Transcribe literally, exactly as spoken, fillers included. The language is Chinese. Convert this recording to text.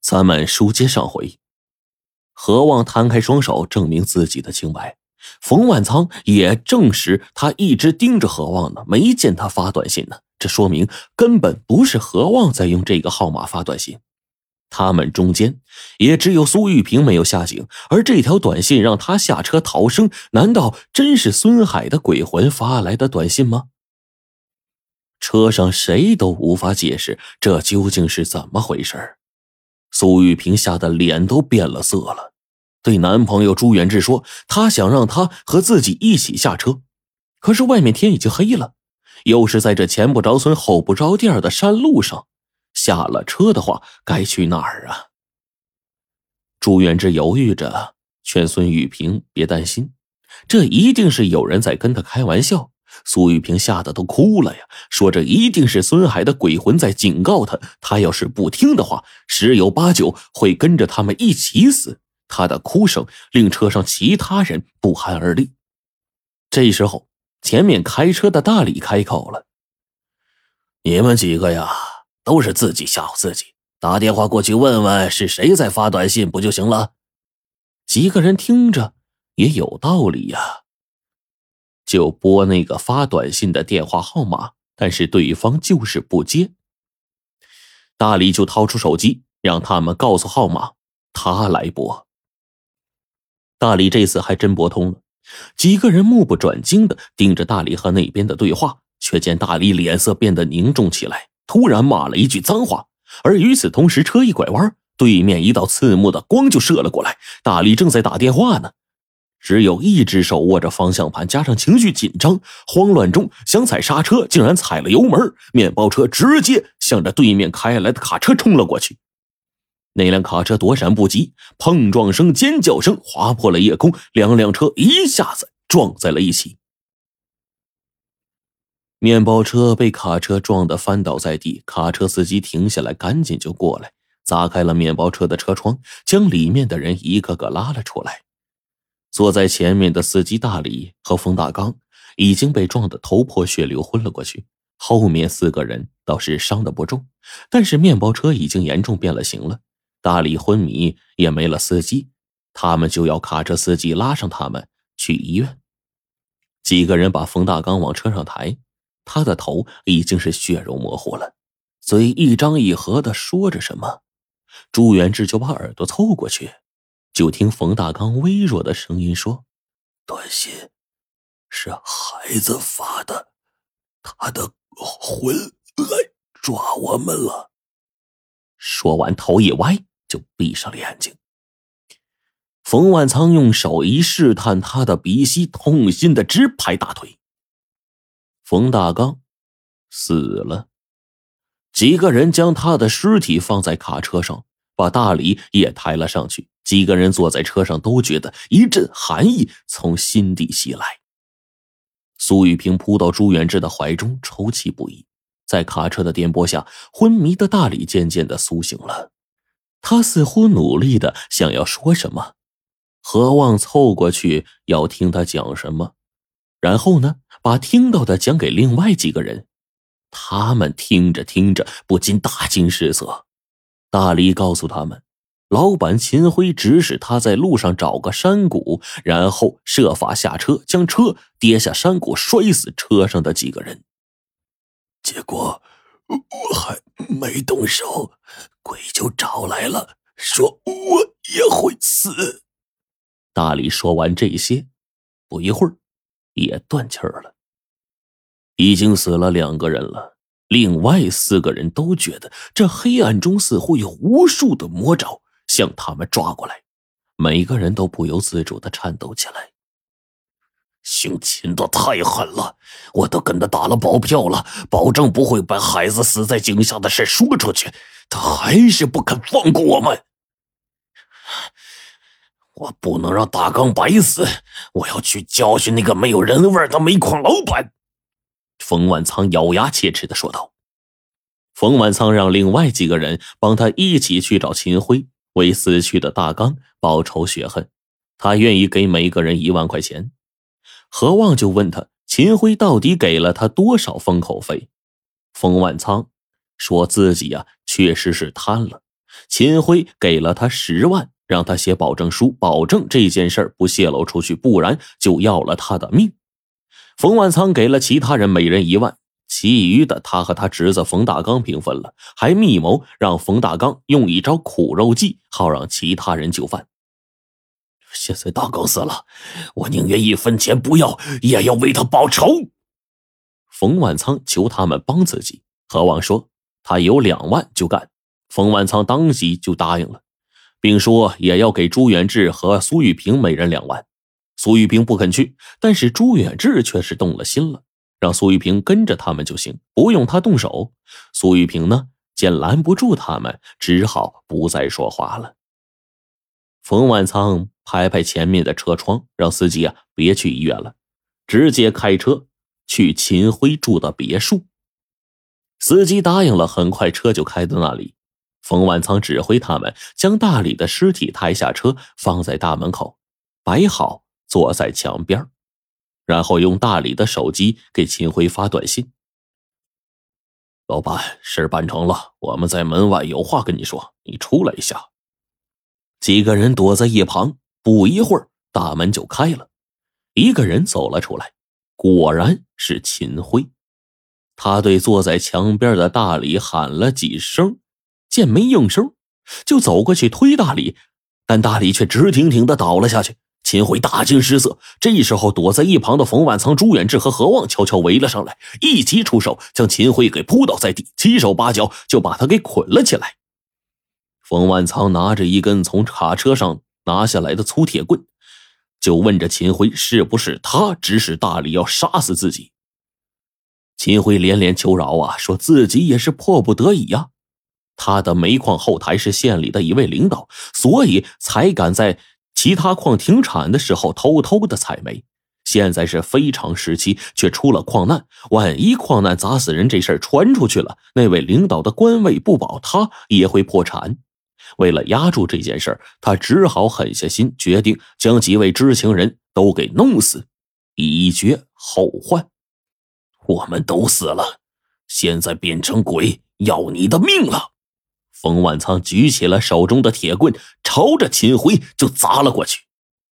咱们书接上回，何望摊开双手证明自己的清白，冯万仓也证实他一直盯着何望呢，没见他发短信呢，这说明根本不是何望在用这个号码发短信。他们中间也只有苏玉萍没有下井，而这条短信让他下车逃生，难道真是孙海的鬼魂发来的短信吗？车上谁都无法解释这究竟是怎么回事。苏玉萍吓得脸都变了色了，对男朋友朱元志说，他想让他和自己一起下车，可是外面天已经黑了，又是在这前不着村后不着店的山路上，下了车的话该去哪儿啊？朱元志犹豫着劝孙玉萍别担心，这一定是有人在跟他开玩笑。苏玉萍吓得都哭了呀，说这一定是孙海的鬼魂在警告他，他要是不听的话，十有八九会跟着他们一起死。他的哭声令车上其他人不寒而栗。这时候前面开车的大李开口了， 你们几个呀，都是自己吓唬自己，打电话过去问问是谁在发短信不就行了？ 几个人听着也有道理呀，就拨那个发短信的电话号码，但是对方就是不接。大李就掏出手机让他们告诉号码，他来拨。大李这次还真拨通了，几个人目不转睛地盯着大李和那边的对话，却见大李脸色变得凝重起来，突然骂了一句脏话，而与此同时车一拐弯，对面一道刺目的光就射了过来，大李正在打电话呢，只有一只手握着方向盘，加上情绪紧张，慌乱中想踩刹车，竟然踩了油门，面包车直接向着对面开来的卡车冲了过去。那辆卡车躲闪不及，碰撞声尖叫声划破了夜空，两辆车一下子撞在了一起。面包车被卡车撞得翻倒在地，卡车司机停下来，赶紧就过来砸开了面包车的车窗，将里面的人一个个拉了出来。坐在前面的司机大李和冯大刚已经被撞得头破血流昏了过去，后面四个人倒是伤得不重，但是面包车已经严重变了形了，大李昏迷也没了司机，他们就要卡车司机拉上他们去医院。几个人把冯大刚往车上抬，他的头已经是血肉模糊了，嘴一张一合的说着什么。朱元志就把耳朵凑过去，就听冯大刚微弱的声音说， 短信是孩子发的，他的魂来抓我们了。 说完头一歪就闭上了眼睛。冯万仓用手一试探他的鼻息，痛心的直拍大腿。冯大刚死了，几个人将他的尸体放在卡车上，把大李也抬了上去。几个人坐在车上都觉得一阵寒意从心底袭来。苏玉萍扑到朱元志的怀中，抽泣不已。在卡车的颠簸下，昏迷的大李渐渐地苏醒了，他似乎努力的想要说什么，何望凑过去要听他讲什么，然后呢，把听到的讲给另外几个人。他们听着听着不禁大惊失色。大李告诉他们，老板秦辉指使他在路上找个山谷，然后设法下车，将车跌下山谷，摔死车上的几个人。 结果我还没动手，鬼就找来了，说我也会死。 大李说完这些，不一会儿也断气儿了。已经死了两个人了，另外四个人都觉得这黑暗中似乎有无数的魔爪向他们抓过来，每个人都不由自主地颤抖起来。 姓秦的太狠了，我都跟他打了保票了，保证不会把孩子死在井下的事说出去，他还是不肯放过我们。我不能让大刚白死，我要去教训那个没有人味的煤矿老板。 冯万仓咬牙切齿地说道。冯万仓让另外几个人帮他一起去找秦辉，为死去的大刚报仇雪恨，他愿意给每个人一万块钱。何望就问他，秦辉到底给了他多少封口费？冯万仓说自己呀、啊、确实是贪了， 秦晖给了他十万，让他写保证书，保证这件事不泄露出去，不然就要了他的命。冯万仓给了其他人每人一万，其余的他和他侄子冯大刚平分了，还密谋让冯大刚用一招苦肉计，好让其他人就范。 现在大刚死了，我宁愿一分钱不要，也要为他报仇。 冯万仓求他们帮自己，何望说他有两万就干。冯万仓当即就答应了，并说也要给朱远志和苏玉平每人两万。苏玉平不肯去，但是朱远志却是动了心了，让苏玉平跟着他们就行，不用他动手。苏玉平呢，见拦不住他们，只好不再说话了。冯万仓拍拍前面的车窗，让司机啊别去医院了，直接开车去秦晖住的别墅。司机答应了，很快车就开到那里。冯万仓指挥他们将大李的尸体抬下车，放在大门口，摆好，坐在墙边，然后用大李的手机给秦晖发短信： 老板，事办成了，我们在门外有话跟你说，你出来一下。 几个人躲在一旁，不一会儿大门就开了，一个人走了出来，果然是秦晖。他对坐在墙边的大李喊了几声，见没应声，就走过去推大李，但大李却直挺挺地倒了下去。秦晖大惊失色，这时候躲在一旁的冯万仓、朱远志和何望悄悄围了上来，一齐出手将秦晖给扑倒在地，七手八脚就把他给捆了起来。冯万仓拿着一根从卡车上拿下来的粗铁棍，就问着秦晖是不是他指使大李要杀死自己。秦晖连连求饶啊，说自己也是迫不得已呀。他的煤矿后台是县里的一位领导，所以才敢在其他矿停产的时候偷偷的采煤。现在是非常时期，却出了矿难，万一矿难砸死人这事儿传出去了，那位领导的官位不保，他也会破产。为了压住这件事儿，他只好狠下心，决定将几位知情人都给弄死，以绝后患。 我们都死了，现在变成鬼要你的命了。 冯万仓举起了手中的铁棍，朝着秦晖就砸了过去。